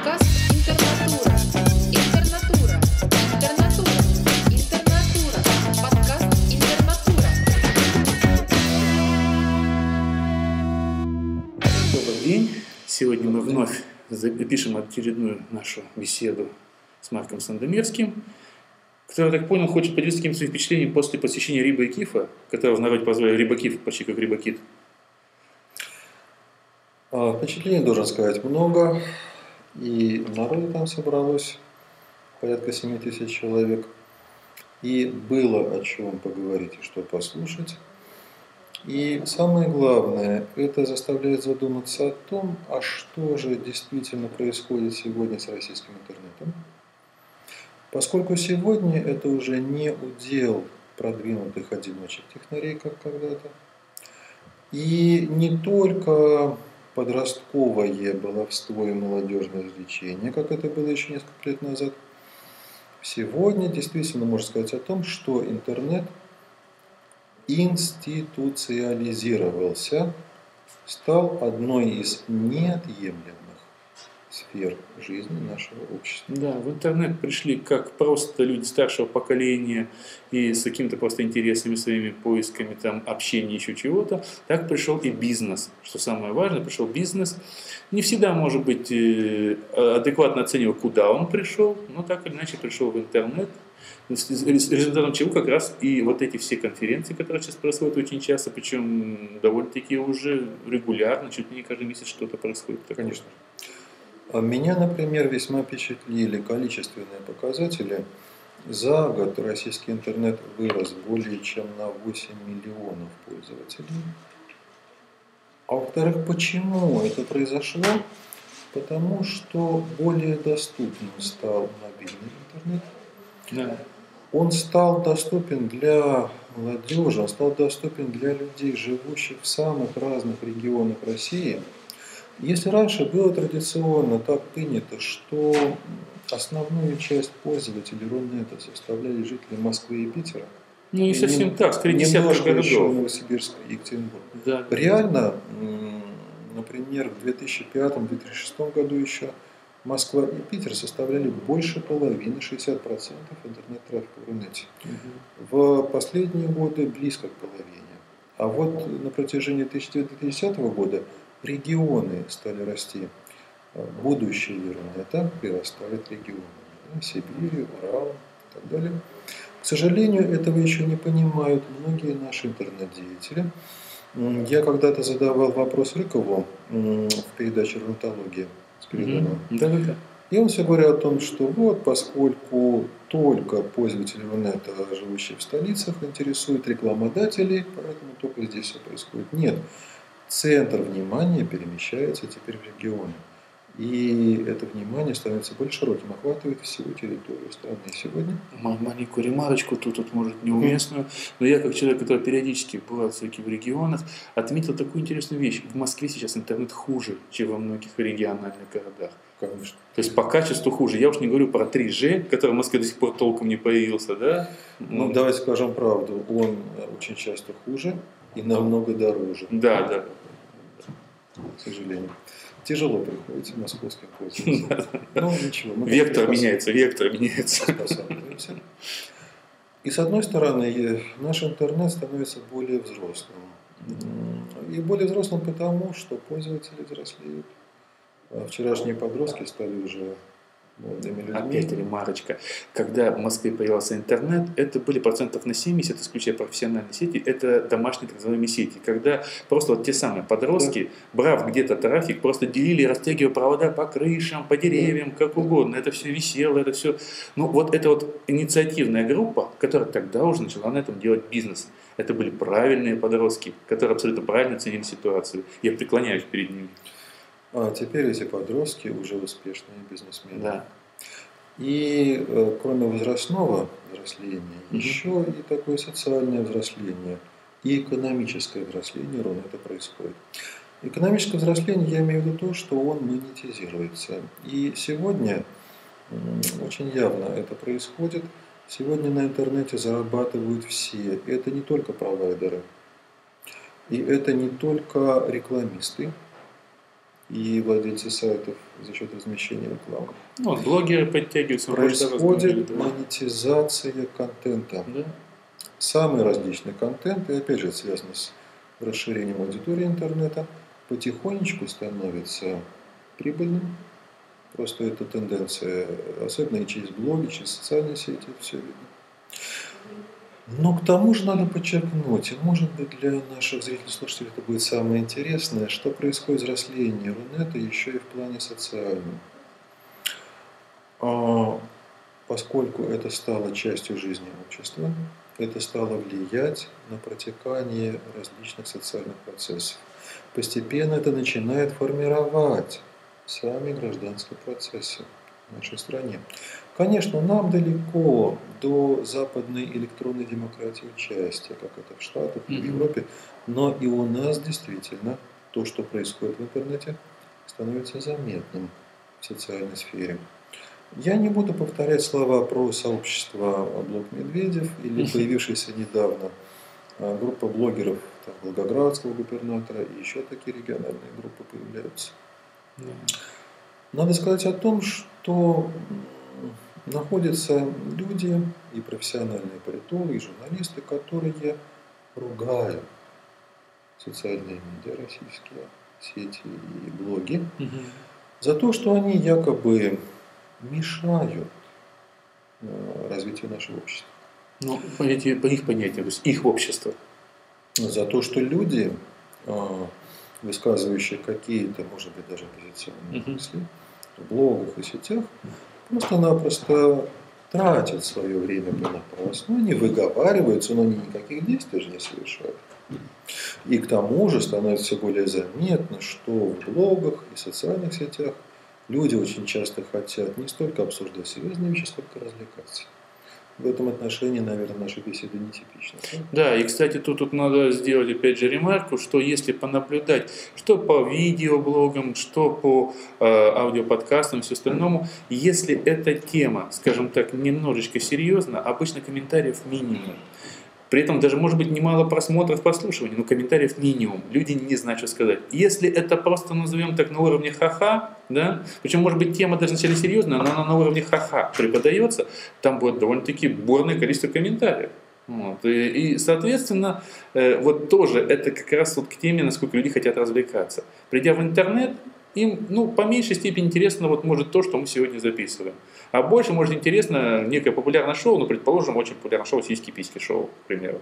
Подкаст «Интернатура». Интернатура. Интернатура. Интернатура. Подкаст «Интернатура». Добрый день. Сегодня мы вновь запишем очередную нашу беседу с Марком Сандомирским, который, я так понял, хочет поделиться каким-то своим впечатлением после посещения Риба и Кифа, которого в народе позвали Рибакиф, почти как Рибакит. Впечатлений, должен сказать, много. И народу там собралось порядка 7 тысяч человек. И было о чем поговорить и что послушать. И самое главное, это заставляет задуматься о том, а что же действительно происходит сегодня с российским интернетом. Поскольку сегодня это уже не удел продвинутых одиночек технарей, как когда-то. И не только подростковое баловство и молодежное развлечение, как это было еще несколько лет назад. Сегодня действительно можно сказать о том, что интернет институциализировался, стал одной из неотъемлемых сфер жизни нашего общества. Да, в интернет пришли как просто люди старшего поколения и с какими-то просто интересными своими поисками, там, общения, еще чего-то, так пришел и бизнес. Что самое важное, пришел бизнес. Не всегда, может быть, адекватно оценивая, куда он пришел, но так или иначе пришел в интернет. Результатом чего как раз и вот эти все конференции, которые сейчас происходят очень часто, причем довольно-таки уже регулярно, чуть ли не каждый месяц что-то происходит. Конечно. Меня, например, весьма впечатлили количественные показатели. За год российский интернет вырос более чем на 8 миллионов пользователей. А во-вторых, почему это произошло? Потому что более доступным стал мобильный интернет. Да. Он стал доступен для молодежи, он стал доступен для людей, живущих в самых разных регионах России. Если раньше было традиционно так принято, что основную часть пользователей Рунета составляли жители Москвы и Питера, Ну, не совсем так, скорее десятка городов. Новосибирск и Екатеринбург. Да. Реально, например, в 2005-2006 году еще Москва и Питер составляли больше половины, 60% интернет-трафика в Рунете. В последние годы близко к половине. А вот на протяжении 2010 года регионы стали расти. Будущее Рунета прирастали от регионов. Сибирь, Урал и так далее. К сожалению, этого еще не понимают многие наши интернет-деятели. Я когда-то задавал вопрос Рыкову в передаче «Рунетология» с Передоновым. Да. И он все говорил о том, что вот, поскольку только пользователи Рунета, живущие в столицах, интересуют рекламодателей, поэтому только здесь все происходит. Нет. Центр внимания перемещается теперь в регионы. И это внимание становится более широким, охватывает всю территорию страны сегодня. Маленькую ремарочку, тут может неуместную, но я как человек, который периодически бывает все-таки в регионах, отметил такую интересную вещь. В Москве сейчас интернет хуже, чем во многих региональных городах. Конечно. То есть по качеству хуже. Я уж не говорю про 3G, который в Москве до сих пор толком не появился, да? Ну, давайте скажем правду, он очень часто хуже и намного дороже. Да. К сожалению. Тяжело приходится московским пользователям. Но ничего. Вектор меняется. Спасаемся. И с одной стороны, наш интернет становится более взрослым. И более взрослым потому, что пользователи взрослеют. А вчерашние подростки стали уже молодыми людьми. Опять ремарочка. Когда в Москве появился интернет, это были процентов на 70, исключая профессиональные сети, это домашние так называемые сети. Когда просто вот те самые подростки, брав где-то трафик, просто делили, растягивая провода по крышам, по деревьям, как угодно. Это все висело, это все. Ну вот это вот инициативная группа, которая тогда уже начала на этом делать бизнес. Это были правильные подростки, которые абсолютно правильно оценили ситуацию. Я преклоняюсь перед ними. А теперь эти подростки уже успешные бизнесмены. Да. И кроме возрастного взросления, еще и такое социальное взросление, и экономическое взросление Рунета происходит. Экономическое взросление, я имею в виду то, что он монетизируется. И сегодня очень явно это происходит. Сегодня на интернете зарабатывают все. Это не только провайдеры, и это не только рекламисты. и владельцы сайтов за счет размещения рекламы. Ну, вот блогеры подтягиваются. Происходит монетизация контента. Да. Самый различный контент, и опять же это связано с расширением аудитории интернета, потихонечку становится прибыльным. Просто это тенденция, особенно и через блоги, через социальные сети, это все видно. Но к тому же надо подчеркнуть, и может быть для наших зрителей и слушателей это будет самое интересное, что происходит взросление Рунета еще и в плане социальном. Поскольку это стало частью жизни общества, это стало влиять на протекание различных социальных процессов. Постепенно это начинает формировать сами гражданские процессы в нашей стране. Конечно, нам далеко до западной электронной демократии участия, как это в Штатах и в Европе, но и у нас действительно то, что происходит в интернете, становится заметным в социальной сфере. Я не буду повторять слова про сообщество «Блог Медведев» или появившаяся недавно группа блогеров там, Волгоградского губернатора и еще такие региональные группы появляются. Надо сказать о том, что находятся люди и профессиональные политологи, и журналисты, которые ругают социальные медиа, российские сети и блоги за то, что они якобы мешают развитию нашего общества. Ну, по их понятиям, то есть их общество. За то, что люди, высказывающие какие-то, может быть, даже оппозиционные мысли в блогах и сетях, просто-напросто тратят свое время понапрасну, они выговариваются, но они никаких действий же не совершают. И к тому же становится все более заметно, что в блогах и социальных сетях люди очень часто хотят не столько обсуждать серьезные вещи, сколько развлекаться. В этом отношении, наверное, наша беседа нетипична. Да, и, кстати, тут надо сделать, опять же, ремарку, что если понаблюдать, что по видеоблогам, что по аудиоподкастам и все остальному, если эта тема, скажем так, немножечко серьезна, обычно комментариев минимум. При этом даже может быть немало просмотров, прослушиваний, но комментариев минимум. Люди не знают, что сказать. Если это просто, назовем так, на уровне ха-ха, да, причем может быть тема даже вначале серьезная, но она на уровне ха-ха преподается, там будет довольно-таки бурное количество комментариев. Вот. И, соответственно, вот тоже это как раз вот к теме, насколько люди хотят развлекаться. Придя в интернет, им, по меньшей степени интересно вот может то, что мы сегодня записываем. А больше может интересно некое популярное шоу, предположим, очень популярное шоу «Сиськи-письки» шоу, к примеру.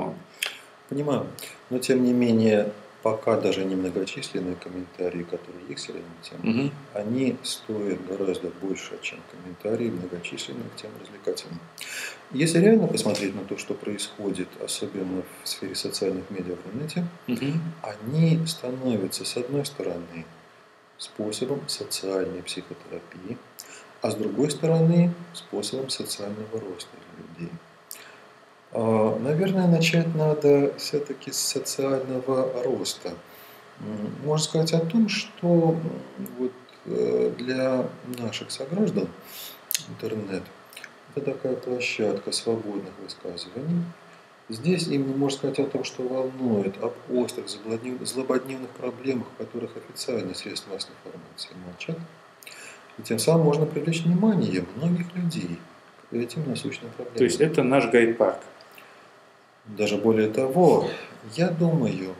Понимаю. Но тем не менее, пока даже немногочисленные комментарии, которые есть к серьезным темам, они стоят гораздо больше, чем комментарии многочисленных тем развлекательных. Если реально посмотреть на то, что происходит, особенно в сфере социальных медиа в интернете, они становятся, с одной стороны, способом социальной психотерапии, а с другой стороны, способом социального роста для людей. Наверное, начать надо все-таки с социального роста. Можно сказать о том, что вот для наших сограждан интернет – это такая площадка свободных высказываний. Здесь именно можно сказать о том, что волнует, об острых, злободневных проблемах, в которых официальные средства массовой информации молчат. И тем самым можно привлечь внимание многих людей к этим насущным проблемам. То есть это наш гайд-парк. Даже более того, я думаю,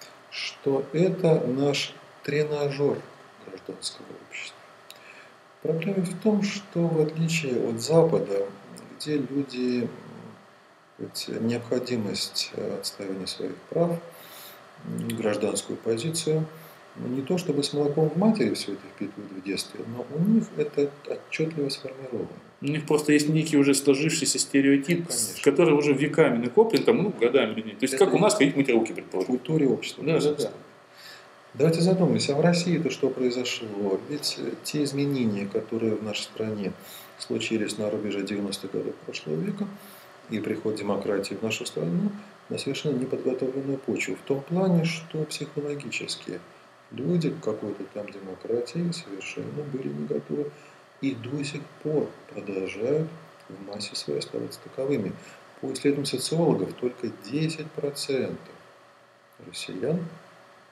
что это наш тренажер гражданского общества. Проблема в том, что в отличие от Запада, где люди необходимость отстаивания своих прав, гражданскую позицию, не то чтобы с молоком в матери все это впитывают в детстве, но у них это отчетливо сформировано. У них просто есть некий уже сложившийся стереотип, который уже веками накоплен, годами людей. То есть это как у нас ходить мыть руки, предположим. В культуре общества. Да. Давайте задумаемся, а в России-то что произошло? Ведь те изменения, которые в нашей стране случились на рубеже 90-х годов прошлого века, и приход демократии в нашу страну на совершенно неподготовленную почву. В том плане, что психологически люди к какой-то там демократии совершенно были не готовы и до сих пор продолжают в массе своей оставаться таковыми. По исследованиям социологов, только 10% россиян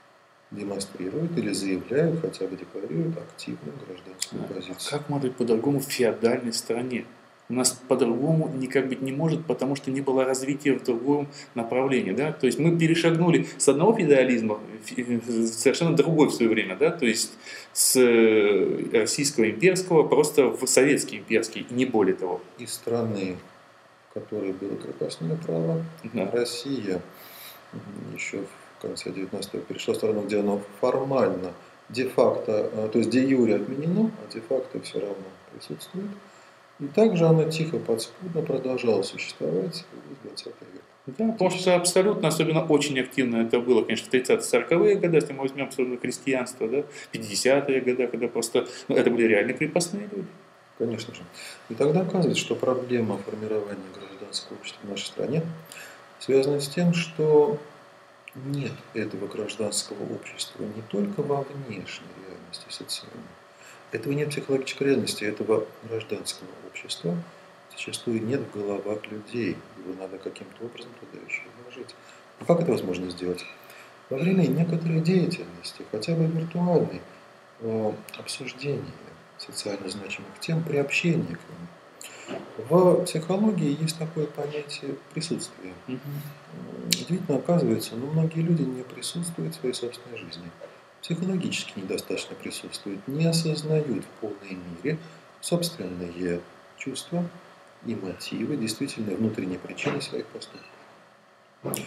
демонстрируют или заявляют, хотя бы декларируют активную гражданскую позицию. Как может быть по-другому в феодальной стране? У нас по-другому никак быть не может, потому что не было развития в другом направлении. Да? То есть мы перешагнули с одного феодализма в совершенно другой в свое время. Да? То есть с российского имперского просто в советский имперский, и не более того. Из страны, в которой было крепостное право, Да. Россия еще в конце 19 века перешла в страну, где оно формально, де-факто, то есть де-юре отменено, а де-факто все равно присутствует. И также оно тихо, подспудно продолжало существовать в 20 век. Да, потому что абсолютно, особенно очень активно это было, конечно, в 30-40-е годы, если мы возьмем особенно крестьянство, да, 50-е годы, когда просто это были реально крепостные люди. Конечно же. И тогда оказывается, что проблема формирования гражданского общества в нашей стране связана с тем, что нет этого гражданского общества не только во внешней реальности социальной. Этого нет в психологической реальности, этого гражданского общества зачастую нет в головах людей. Его надо каким-то образом туда еще вложить. Но как это возможно сделать? Во время некоторой деятельности, хотя бы виртуальной, обсуждения социально значимых тем, приобщения к ним. В психологии есть такое понятие присутствия. Удивительно оказывается, но многие люди не присутствуют в своей собственной жизни. Психологически недостаточно присутствуют, не осознают в полной мере собственные чувства и мотивы, действительно внутренние причины своих поступков.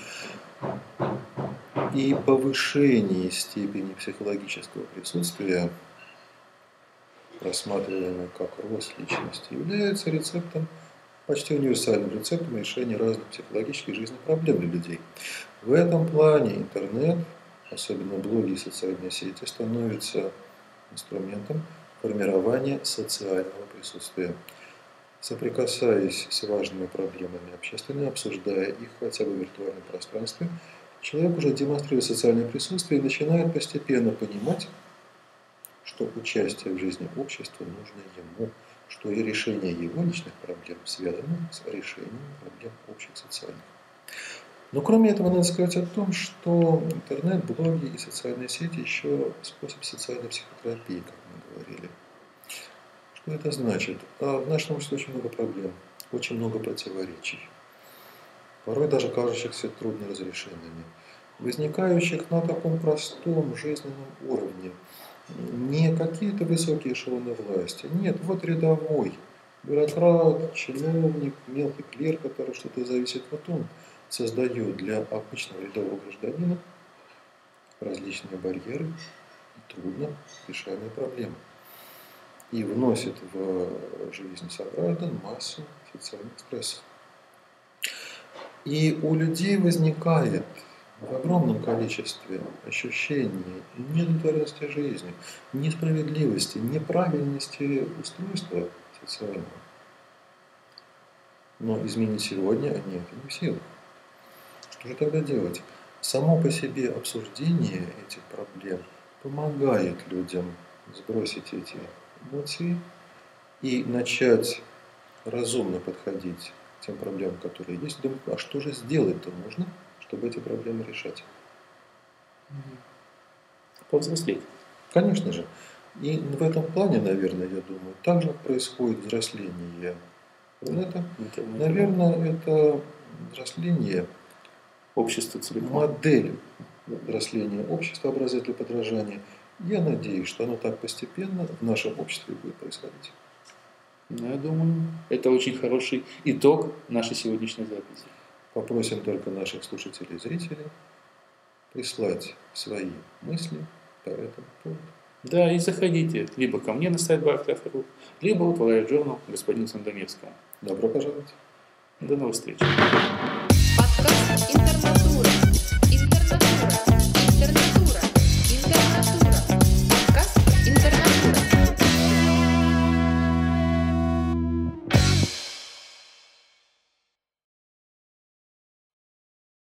И повышение степени психологического присутствия, рассматриваемое как рост личности, является рецептом, почти универсальным рецептом решения разных психологических жизненных проблем для людей. В этом плане интернет, особенно блоги и социальные сети, становятся инструментом формирования социального присутствия. Соприкасаясь с важными проблемами общественными, обсуждая их хотя бы в виртуальном пространстве, человек уже демонстрирует социальное присутствие и начинает постепенно понимать, что участие в жизни общества нужно ему, что и решение его личных проблем связано с решением проблем общих социальных. Но кроме этого, надо сказать о том, что интернет, блоги и социальные сети еще способ социальной психотерапии, как мы говорили. Что это значит? В нашем обществе очень много проблем, очень много противоречий, порой даже кажущихся трудноразрешенными, возникающих на таком простом жизненном уровне. Не какие-то высокие эшелоны власти, нет, вот рядовой бюрократ, чиновник, мелкий клерк, который что-то зависит, вот он создает для обычного рядового гражданина различные барьеры и трудно решаемые проблемы. И вносит в жизнь сограждан массу социальных стрессов. И у людей возникает в огромном количестве ощущений неудовлетворенности жизнью, несправедливости, неправильности устройства социального. Но изменить сегодня они это не в силах. Что же тогда делать? Само по себе обсуждение этих проблем помогает людям сбросить эти эмоции и начать разумно подходить к тем проблемам, которые есть. Думать, а что же сделать-то нужно, чтобы эти проблемы решать? Повзрослеть. Конечно же. И в этом плане, наверное, я думаю, также происходит взросление интернета. Наверное, это взросление, Общество целиком. модель взросления общества, образец для подражания. Я надеюсь, что оно так постепенно в нашем обществе будет происходить. Я думаю, это очень хороший итог нашей сегодняшней записи. Попросим только наших слушателей и зрителей прислать свои мысли по этому поводу. Да, и заходите либо ко мне на сайт Barclay.ru, либо в Live Journal господина Сандомирского. Добро пожаловать! До новых встреч! Подкаст Интернатура. Интернатура. Интернатура.